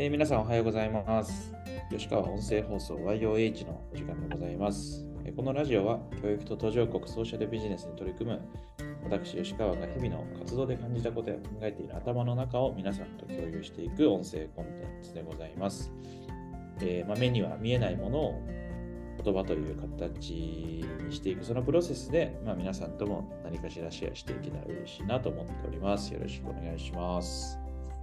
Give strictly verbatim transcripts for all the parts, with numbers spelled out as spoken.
えー皆さんおはようございます。吉川音声放送 ワイオーエイチ のお時間でございます。えーこのラジオは教育と途上国ソーシャルビジネスに取り組む私吉川が日々の活動で感じたことや考えている頭の中を皆さんと共有していく音声コンテンツでございます。えーまあ、目には見えないものを言葉という形にしていくそのプロセスで、まあ、皆さんとも何かしらシェアしていけたら嬉しいなと思っております。よろしくお願いします。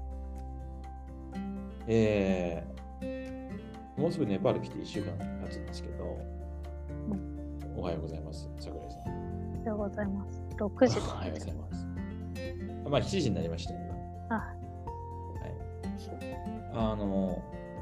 えー、もうすぐネパール来ていっしゅうかん経つんですけど、 うん、 おはようございます、桜井さん。 おはようございます。ろくじです。 おはようございます。まあ、しちじになりましたね。 あ、 はい。あの、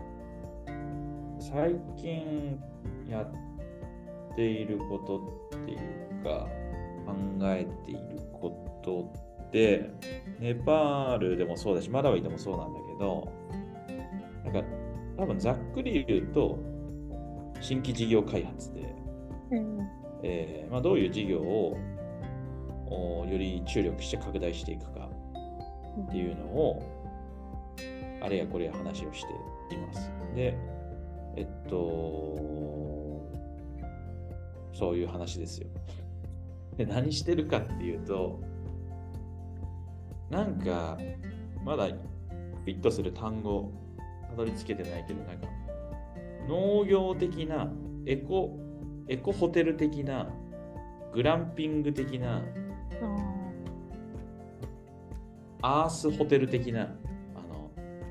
最近やっていることっていうか、考えていることって、ネパールでもそうだし、マラウイでもそうなんだけど、なんか多分ざっくり言うと、新規事業開発で、 うんえーまあ、どういう事業をより注力して拡大していくかっていうのを、あれやこれや話をしています。で、えっと、そういう話ですよ。で、何してるかっていうと、なんか、まだフィットする単語、たどり着けてないけど、なんか、農業的な、エコ、エコホテル的な、グランピング的な、アースホテル的な、あの、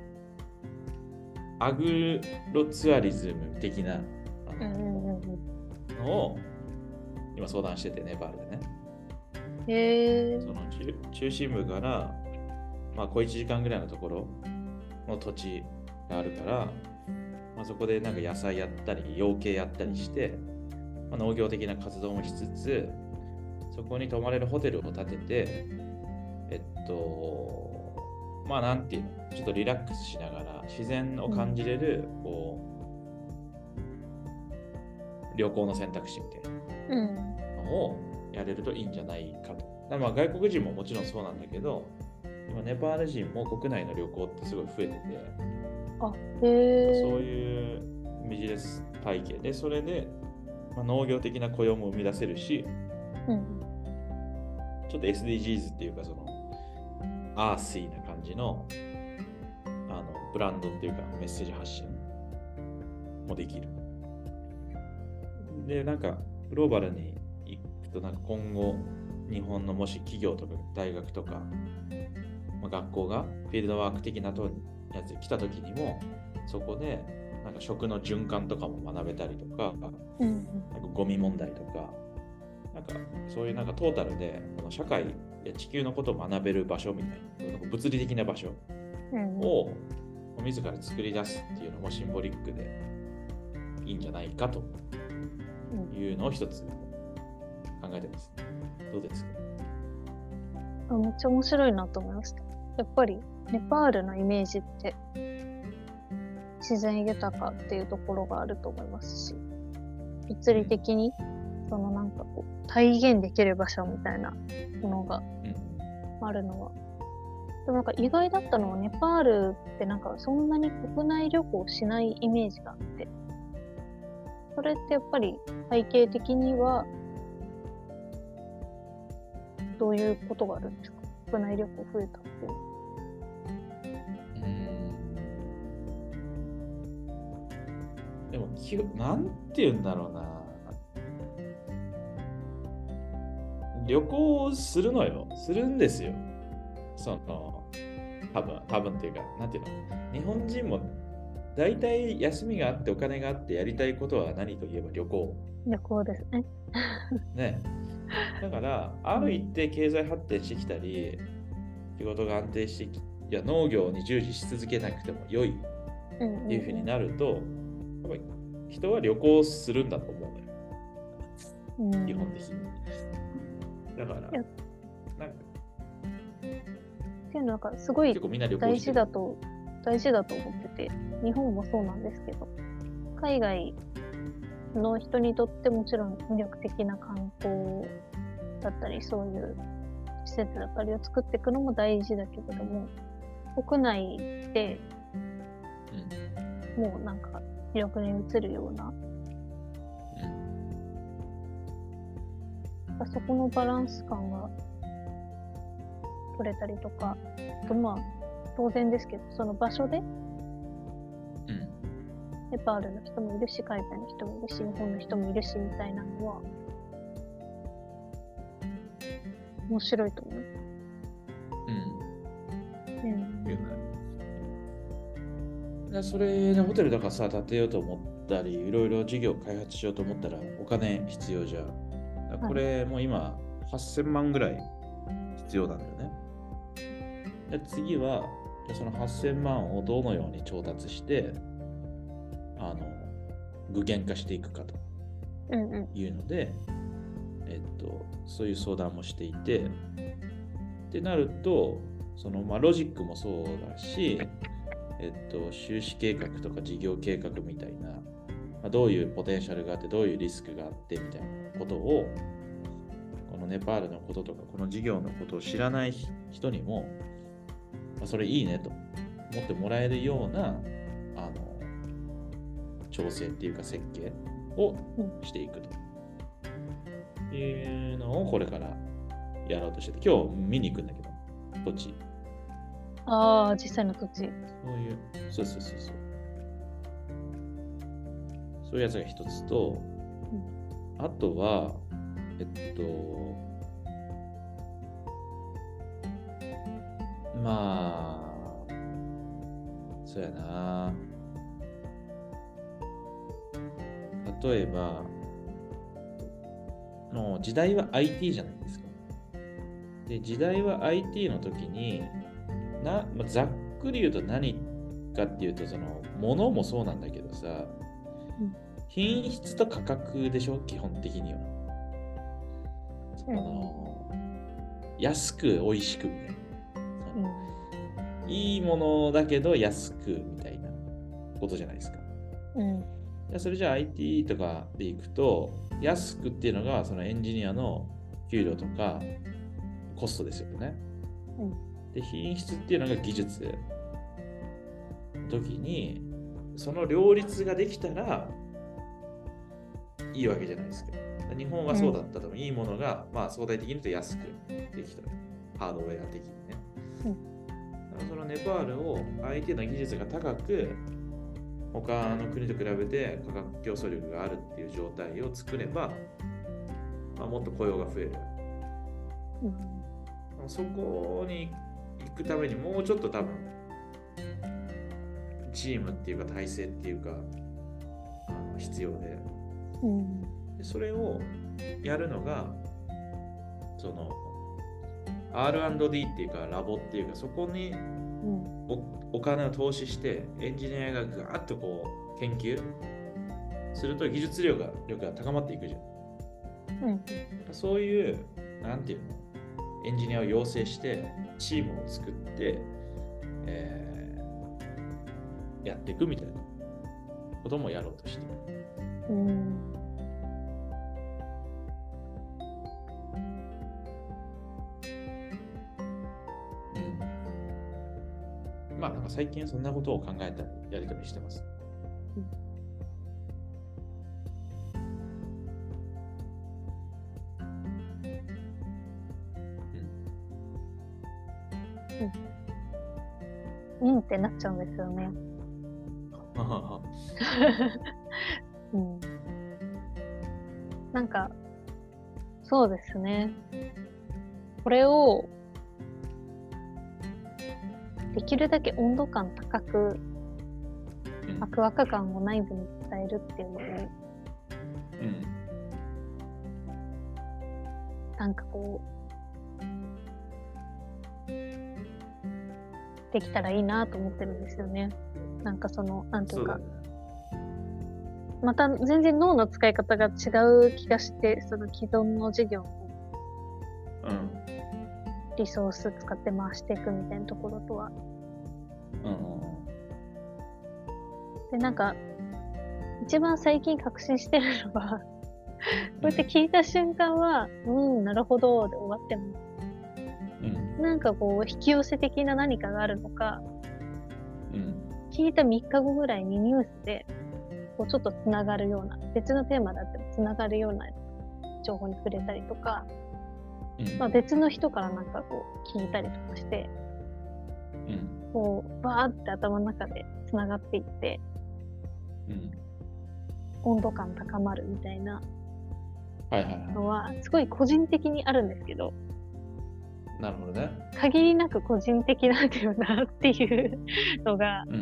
アグロツアリズム的なあののを今相談してて、ネパールでね。 へー。 その 中, 中心部から、まあ、小いちじかんぐらいのところの土地があるから、まあ、そこでなんか野菜やったり、養鶏やったりして、まあ、農業的な活動もしつつ、そこに泊まれるホテルを建てて、えっと、まあなんていうの、ちょっとリラックスしながら自然を感じれる、うん、こう旅行の選択肢みたいなのをやれるといいんじゃないかと。だまあ外国人ももちろんそうなんだけど、今ネパール人も国内の旅行ってすごい増えてて、 あ、へー。 そういうビジネス体系で、それで、まあ、農業的な雇用も生み出せるし、うん、ちょっと エスディージーズ っていうかそのアーシーな感じのあのブランドっていうかメッセージ発信もできる。で、なんかグローバルに行くと、なんか今後日本のもし企業とか大学とか、まあ、学校がフィールドワーク的なとやつに来た時にも、そこでなんか食の循環とかも学べたりとか、うん、なんかゴミ問題とか、なんかそういうなんかトータルでこの社会や地球のことを学べる場所みたいな、なんか物理的な場所を自ら作り出すっていうのもシンボリックでいいんじゃないかというのを一つ考えてます。どうですか？ あ、めっちゃ面白いなと思いました。やっぱりネパールのイメージって自然豊かっていうところがあると思いますし、物理的にそのなんかこう体現できる場所みたいなものがあるのは、でもなんか意外だったのは、ネパールってなんかそんなに国内旅行しないイメージがあって、それってやっぱり背景的にはどういうことがあるんですか？国内旅行増えたっていう。 うーん。でもきなんて言うんだろうな。旅行するのよ。するんですよ。その、多分、多分っていうか、なんていうの。日本人も大体休みがあってお金があってやりたいことは何といえば旅行。 旅行ですね。 ね。だから、ある一定経済発展してきたり、仕事が安定してき、いや農業に従事し続けなくても良いっていうふうになると、やっぱり人は旅行するんだと思うのよ。うん、基本的に。だから、なんか、 っていうのがすごい大事だと大事だと思ってて、日本もそうなんですけど、海外の人にとってもちろん魅力的な観光だったり、そういう施設だったりを作っていくのも大事だけれども、国内でもうなんか記録に移るような、うん、そこのバランス感が取れたりとか、あとまあ当然ですけど、その場所で、うん、ネパールの人もいるし、海外の人もいるし、日本の人もいるしみたいなのは面白いと思う。 うん。うん。それでホテルだからさ、建てようと思ったり、いろいろ事業開発しようと思ったらお金必要じゃん。これも今はっせんまんぐらい必要なんだよね。で次はそのはっせんまんをどのように調達してあの具現化していくかというので、うんうん、えっと、そういう相談もしていて、ってなるとその、まあ、ロジックもそうだし、えっと、収支計画とか事業計画みたいな、まあ、どういうポテンシャルがあってどういうリスクがあってみたいなことをこのネパールのこととかこの事業のことを知らない人にも、まあ、それいいねと思ってもらえるようなあの調整っていうか設計をしていくというのをこれからやろうとしてて、今日見に行くんだけど、土地。 ああ、実際の土地。 そういう、そうそうそうそう。そういうやつが一つと、うん、あとは、えっと、まあ、そうやな。例えば、の時代は アイティー じゃないですか。で、時代は アイティー の時に、なまあ、ざっくり言うと何かっていうと、その物もそうなんだけどさ、うん、品質と価格でしょ、基本的には。その、うん、安く美味しくみたいな、うん、いいものだけど安くみたいなことじゃないですか。うん、それじゃあ アイティー とかでいくと、安くっていうのがそのエンジニアの給料とかコストですよね。うん、で品質っていうのが技術の時にその両立ができたらいいわけじゃないですか。日本はそうだったと、うん、いいものがまあ相対的に言うと安くできた、ハードウェア的にね。うん、だからそのネパールを アイティー の技術が高く他の国と比べて価格競争力があるっていう状態を作れば、まあ、もっと雇用が増える。うん、そこに行くためにもうちょっと多分チームっていうか体制っていうかあの必要で、うん、でそれをやるのがその アールアンドディー っていうかラボっていうかそこにお、お金を投資してエンジニアがガーッとこう研究すると技術力が力が高まっていくじゃん、うん、そういうなんていうのエンジニアを養成してチームを作って、えー、やっていくみたいなこともやろうとしてる。うん、うん、まあなんか最近そんなことを考えたりやり取りしてます。 うん、うんってなっちゃうんですよね。うん、なんかそうですね。これをできるだけ温度感高く、ワクワク感を内部に伝えるっていうのを、うん、なんかこうできたらいいなと思ってるんですよね。なんかそのなんていうか、また全然脳の使い方が違う気がして、その既存の事業をリソース使って回していくみたいなところとは、うん、でなんか一番最近確信してるのはこうやって聞いた瞬間はうんなるほどで終わっても、うん、なんかこう引き寄せ的な何かがあるのか、うん、 聞いたみっかごぐらいにニュースで、こうちょっとつながるような、別のテーマだってもつながるような情報に触れたりとか、うんまあ、別の人からなんかこう聞いたりとかして、うん、こうバーって頭の中でつながっていって、うん、温度感高まるみたいなのはすごい個人的にあるんですけど、 なるほどね。 限りなく個人的なんだよなっていうのが、うんうん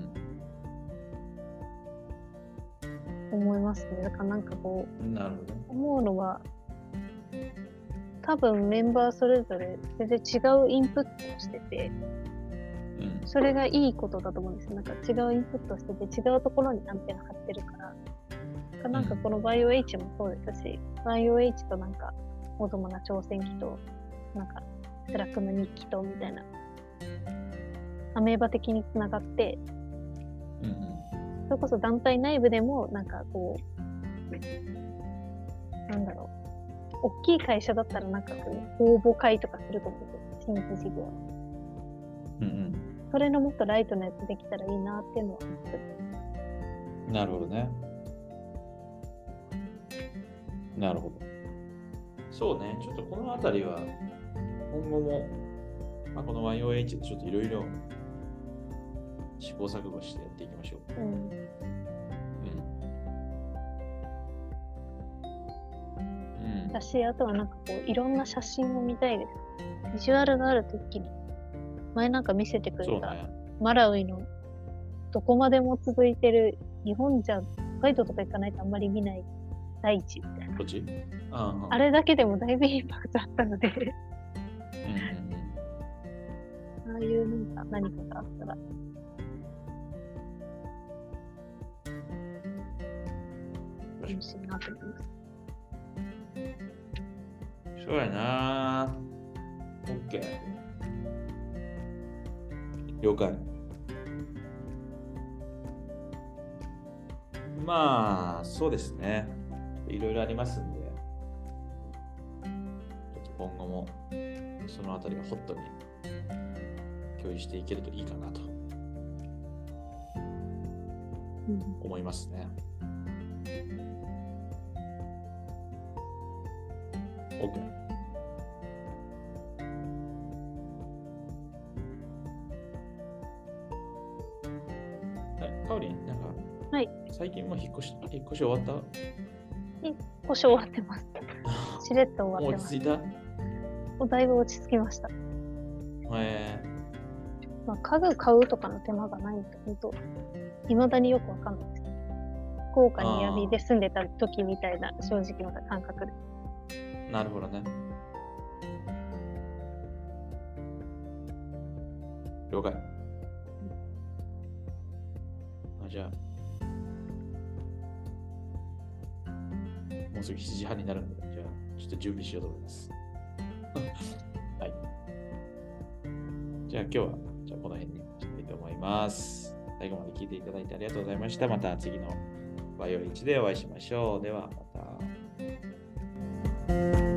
うん、思いますね。だからなんかこう、 なるほど思うのは、多分メンバーそれぞれ全然違うインプットをしてて、うん、それがいいことだと思うんですよ。なんか違うインプットしてて違うところにアンテナ張ってるから。なんかこの バイオエイチ もそうですし、うん、バイオエイチ となんかオドマな挑戦記となんかスラックの日記とみたいなアメーバ的につながって、うんうん、それこそ団体内部でもなんかこうなんだろう、大きい会社だったらなんかこう応募会とかすると思うんですよ、新規事業、うんうん、それのもっとライトなやつできたらいいなっていうのは思ってる。 なるほどね。なるほど。そうね、ちょっとこのあたりは今後も、まあ、この ワイオーエイチ でちょっといろいろ試行錯誤してやっていきましょう。うん。 うん。だし、あとはなんかこういろんな写真を見たいです。ビジュアルがあると一気に。前なんか見せてくれた、ね、マラウイのどこまでも続いてる、日本じゃ北海道とか行かないとあんまり見ない大地みたいな。 こっち？ああ、 あれだけでもだいぶインパクトあったのでうんうんうん、ああいうなんか何かがあったら楽しいなと思います。 そうやな。OK。了解。まあそうですね。いろいろありますんで、ちょっと今後もそのあたりはホットに共有していけるといいかなと思いますね。うん、OK。はい、かおりん、なんか、 はい、 最近もう引っ越し、引っ越し終わった？ 引っ越し終わってます。しれっと終わってます。 落ち着いた？ もうだいぶ落ち着きました。へえー。 まあ、家具買うとかの手間がないと本当いまだによくわかんないです。福岡に闇で住んでた時みたいな正直な感覚で。 なるほどね。了解。あ、じゃあもうすぐしちじはんになるんで、じゃあちょっと準備しようと思います。はい。じゃあ今日はじゃあこの辺にしたいと思います。最後まで聞いていただいてありがとうございました。また次のバイオリンチでお会いしましょう。ではまた。